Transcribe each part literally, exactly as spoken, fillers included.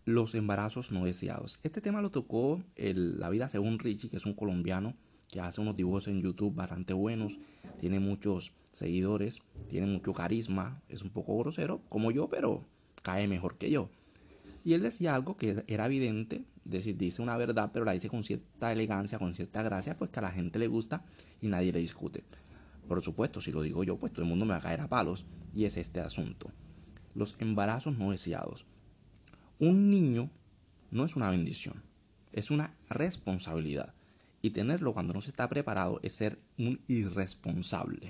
Los embarazos no deseados. Este tema lo tocó el, La Vida Según Richie, que es un colombiano que hace unos dibujos en YouTube bastante buenos, tiene muchos seguidores, tiene mucho carisma, es un poco grosero como yo, pero cae mejor que yo. Y él decía algo que era evidente, es decir, dice una verdad, pero la dice con cierta elegancia, con cierta gracia, pues que a la gente le gusta y nadie le discute. Por supuesto, si lo digo yo, pues todo el mundo me va a caer a palos, y es este asunto. Los embarazos no deseados. Un niño no es una bendición, es una responsabilidad. Y tenerlo cuando no se está preparado es ser un irresponsable.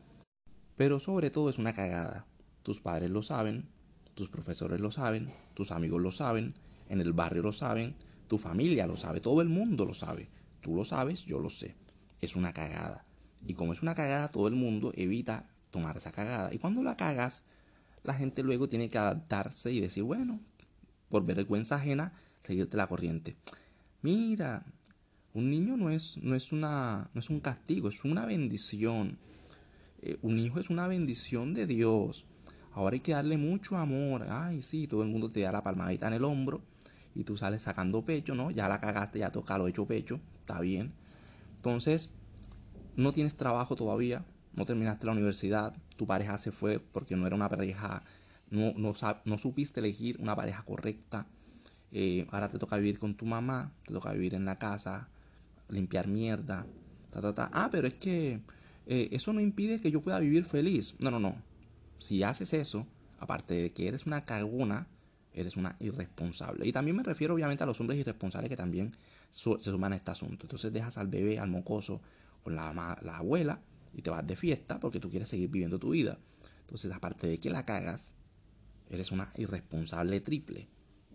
Pero sobre todo es una cagada. Tus padres lo saben, tus profesores lo saben, tus amigos lo saben, en el barrio lo saben, tu familia lo sabe, todo el mundo lo sabe. Tú lo sabes, yo lo sé. Es una cagada. Y como es una cagada, todo el mundo evita tomar esa cagada. Y cuando la cagas, la gente luego tiene que adaptarse y decir, bueno, por vergüenza ajena, seguirte la corriente. Mira, un niño no es, no es, una, no es un castigo, es una bendición. Eh, un hijo es una bendición de Dios. Ahora hay que darle mucho amor. Ay, sí, todo el mundo te da la palmadita en el hombro y tú sales sacando pecho, ¿no? Ya la cagaste, ya toca lo hecho pecho, está bien. Entonces, no tienes trabajo todavía, no terminaste la universidad, tu pareja se fue porque no era una pareja, no, no, no supiste elegir una pareja correcta. Eh, ahora te toca vivir con tu mamá, te toca vivir en la casa, limpiar mierda, ta, ta, ta. Ah, pero es que eh, eso no impide que yo pueda vivir feliz. No, no, no. Si haces eso, aparte de que eres una cagona, eres una irresponsable. Y también me refiero obviamente a los hombres irresponsables que también su se suman a este asunto. Entonces dejas al bebé, al mocoso, con la, la abuela y te vas de fiesta porque tú quieres seguir viviendo tu vida. Entonces, aparte de que la cagas, eres una irresponsable triple.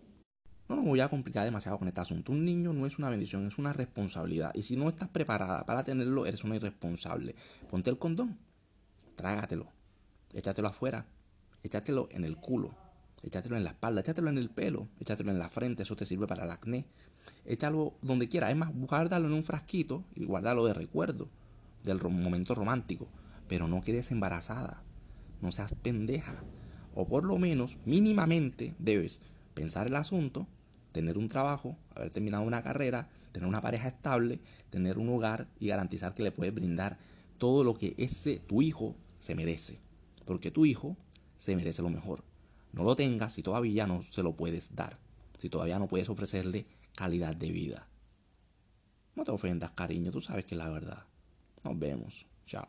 No me voy a complicar demasiado con este asunto. Un niño no es una bendición, es una responsabilidad. Y si no estás preparada para tenerlo, eres una irresponsable. Ponte el condón, trágatelo, échatelo afuera, échatelo en el culo, échatelo en la espalda, échatelo en el pelo, échatelo en la frente, eso te sirve para el acné. Échalo donde quiera. Es más, guárdalo en un frasquito y guárdalo de recuerdo del momento romántico. Pero no quedes embarazada, no seas pendeja. O por lo menos, mínimamente, debes pensar el asunto, tener un trabajo, haber terminado una carrera, tener una pareja estable, tener un hogar y garantizar que le puedes brindar todo lo que ese tu hijo se merece. Porque tu hijo se merece lo mejor. No lo tengas si todavía no se lo puedes dar. Si todavía no puedes ofrecerle calidad de vida. No te ofendas, cariño, tú sabes que es la verdad. Nos vemos. Chao.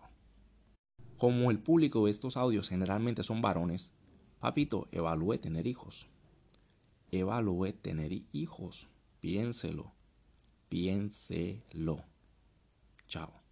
Como el público de estos audios generalmente son varones, papito, evalúe tener hijos. Evalúe tener hijos. Piénselo. Piénselo. Chao.